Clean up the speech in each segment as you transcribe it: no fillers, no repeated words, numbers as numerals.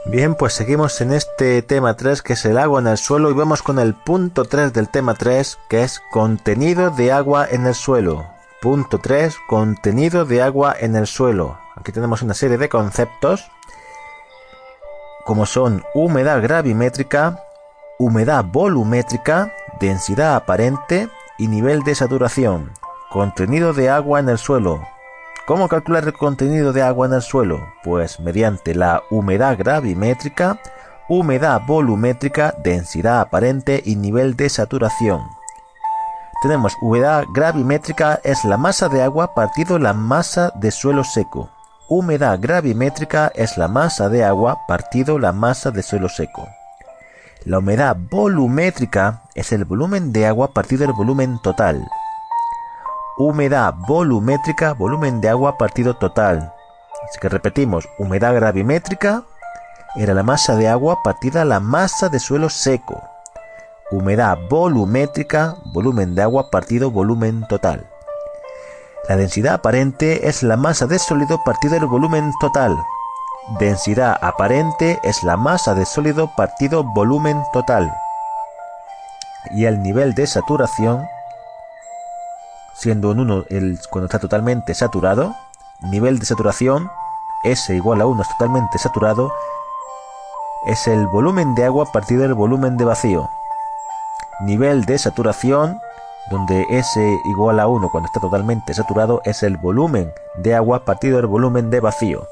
Bien, pues seguimos en este tema 3, que es el agua en el suelo, y vamos con el punto 3 del tema 3, que es contenido de agua en el suelo. Punto 3, contenido de agua en el suelo. Aquí tenemos una serie de conceptos, como son humedad gravimétrica, humedad volumétrica, densidad aparente y nivel de saturación. Contenido de agua en el suelo. ¿Cómo calcular el contenido de agua en el suelo? Pues mediante la humedad gravimétrica, humedad volumétrica, densidad aparente y nivel de saturación. Tenemos humedad gravimétrica, es la masa de agua partido la masa de suelo seco. Humedad gravimétrica es la masa de agua partido la masa de suelo seco. La humedad volumétrica es el volumen de agua partido el volumen total. Humedad volumétrica, volumen de agua partido total. Así que repetimos, humedad gravimétrica era la masa de agua partida la masa de suelo seco. Humedad volumétrica, volumen de agua partido volumen total. La densidad aparente es la masa de sólido partido el volumen total. Densidad aparente es la masa de sólido partido volumen total. Y el nivel de saturación, siendo un 1 cuando está totalmente saturado, nivel de saturación, S igual a 1 es totalmente saturado, es el volumen de agua partido del volumen de vacío. Nivel de saturación, donde S igual a 1 cuando está totalmente saturado, es el volumen de agua partido del volumen de vacío.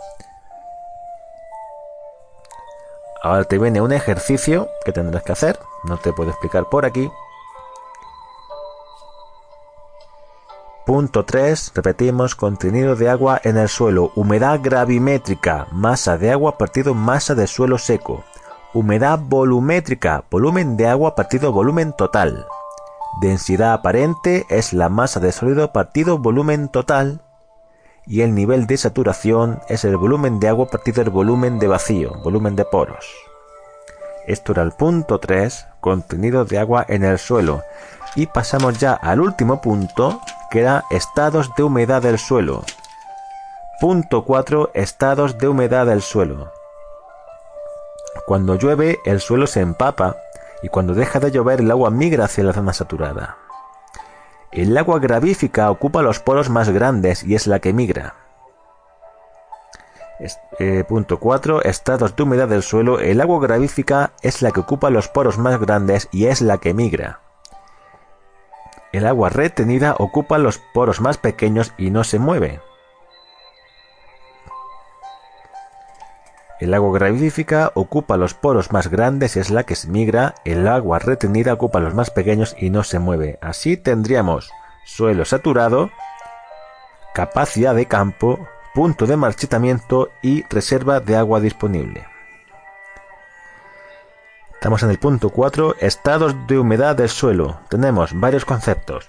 Ahora te viene un ejercicio que tendrás que hacer, no te puedo explicar por aquí. Punto 3, repetimos, contenido de agua en el suelo, humedad gravimétrica, masa de agua partido masa de suelo seco. Humedad volumétrica, volumen de agua partido volumen total. Densidad aparente es la masa de sólido partido volumen total. Y el nivel de saturación es el volumen de agua partido el volumen de vacío, volumen de poros. Esto era el punto 3, contenido de agua en el suelo. Y pasamos ya al último punto, que era estados de humedad del suelo. Punto 4, estados de humedad del suelo. Cuando llueve, el suelo se empapa, y cuando deja de llover, el agua migra hacia la zona saturada. El agua gravífica ocupa los poros más grandes y es la que migra. Punto 4, estados de humedad del suelo. El agua gravífica es la que ocupa los poros más grandes y es la que migra. El agua retenida ocupa los poros más pequeños y no se mueve. El agua gravífica ocupa los poros más grandes y es la que se migra. El agua retenida ocupa los más pequeños y no se mueve. Así tendríamos suelo saturado, capacidad de campo, punto de marchitamiento y reserva de agua disponible. Estamos en el punto 4, estados de humedad del suelo. Tenemos varios conceptos.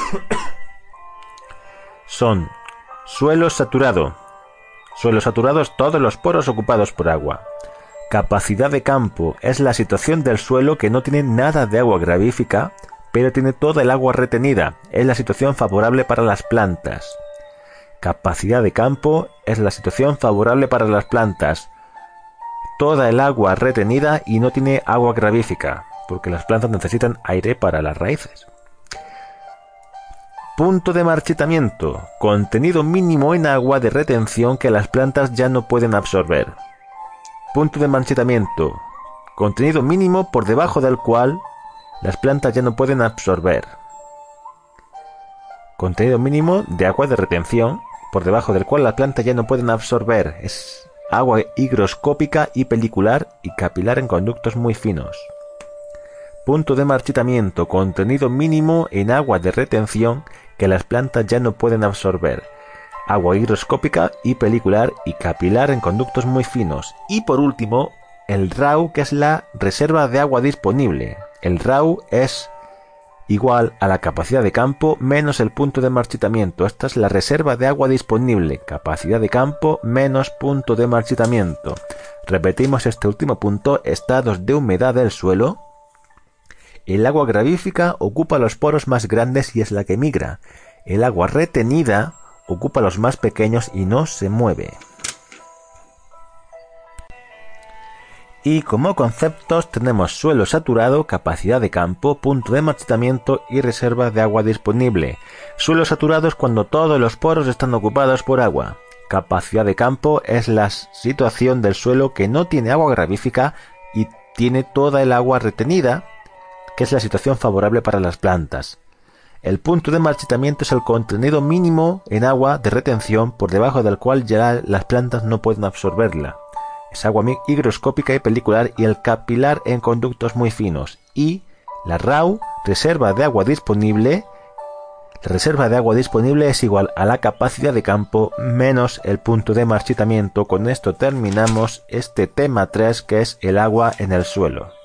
Son suelo saturado. Suelo saturado es todos los poros ocupados por agua. Capacidad de campo es la situación del suelo que no tiene nada de agua gravífica, pero tiene toda el agua retenida. Es la situación favorable para las plantas. Capacidad de campo es la situación favorable para las plantas. Toda el agua retenida y no tiene agua gravífica, porque las plantas necesitan aire para las raíces. Punto de marchitamiento, contenido mínimo en agua de retención que las plantas ya no pueden absorber. Punto de marchitamiento, contenido mínimo por debajo del cual las plantas ya no pueden absorber. Contenido mínimo de agua de retención por debajo del cual las plantas ya no pueden absorber. Es agua higroscópica y pelicular y capilar en conductos muy finos. Punto de marchitamiento, contenido mínimo en agua de retención que las plantas ya no pueden absorber. Agua higroscópica y pelicular y capilar en conductos muy finos. Y por último, el RAU, que es la reserva de agua disponible. El RAU es igual a la capacidad de campo menos el punto de marchitamiento. Esta es la reserva de agua disponible. Capacidad de campo menos punto de marchitamiento. Repetimos este último punto, estados de humedad del suelo. El agua gravífica ocupa los poros más grandes y es la que migra. El agua retenida ocupa los más pequeños y no se mueve. Y como conceptos tenemos suelo saturado, capacidad de campo, punto de marchitamiento y reserva de agua disponible. Suelo saturado es cuando todos los poros están ocupados por agua. Capacidad de campo es la situación del suelo que no tiene agua gravífica y tiene toda el agua retenida, que es la situación favorable para las plantas. El punto de marchitamiento es el contenido mínimo en agua de retención por debajo del cual ya las plantas no pueden absorberla. Es agua higroscópica y pelicular y el capilar en conductos muy finos. Y la RAU, reserva de agua disponible. La reserva de agua disponible es igual a la capacidad de campo menos el punto de marchitamiento. Con esto terminamos este tema 3, que es el agua en el suelo.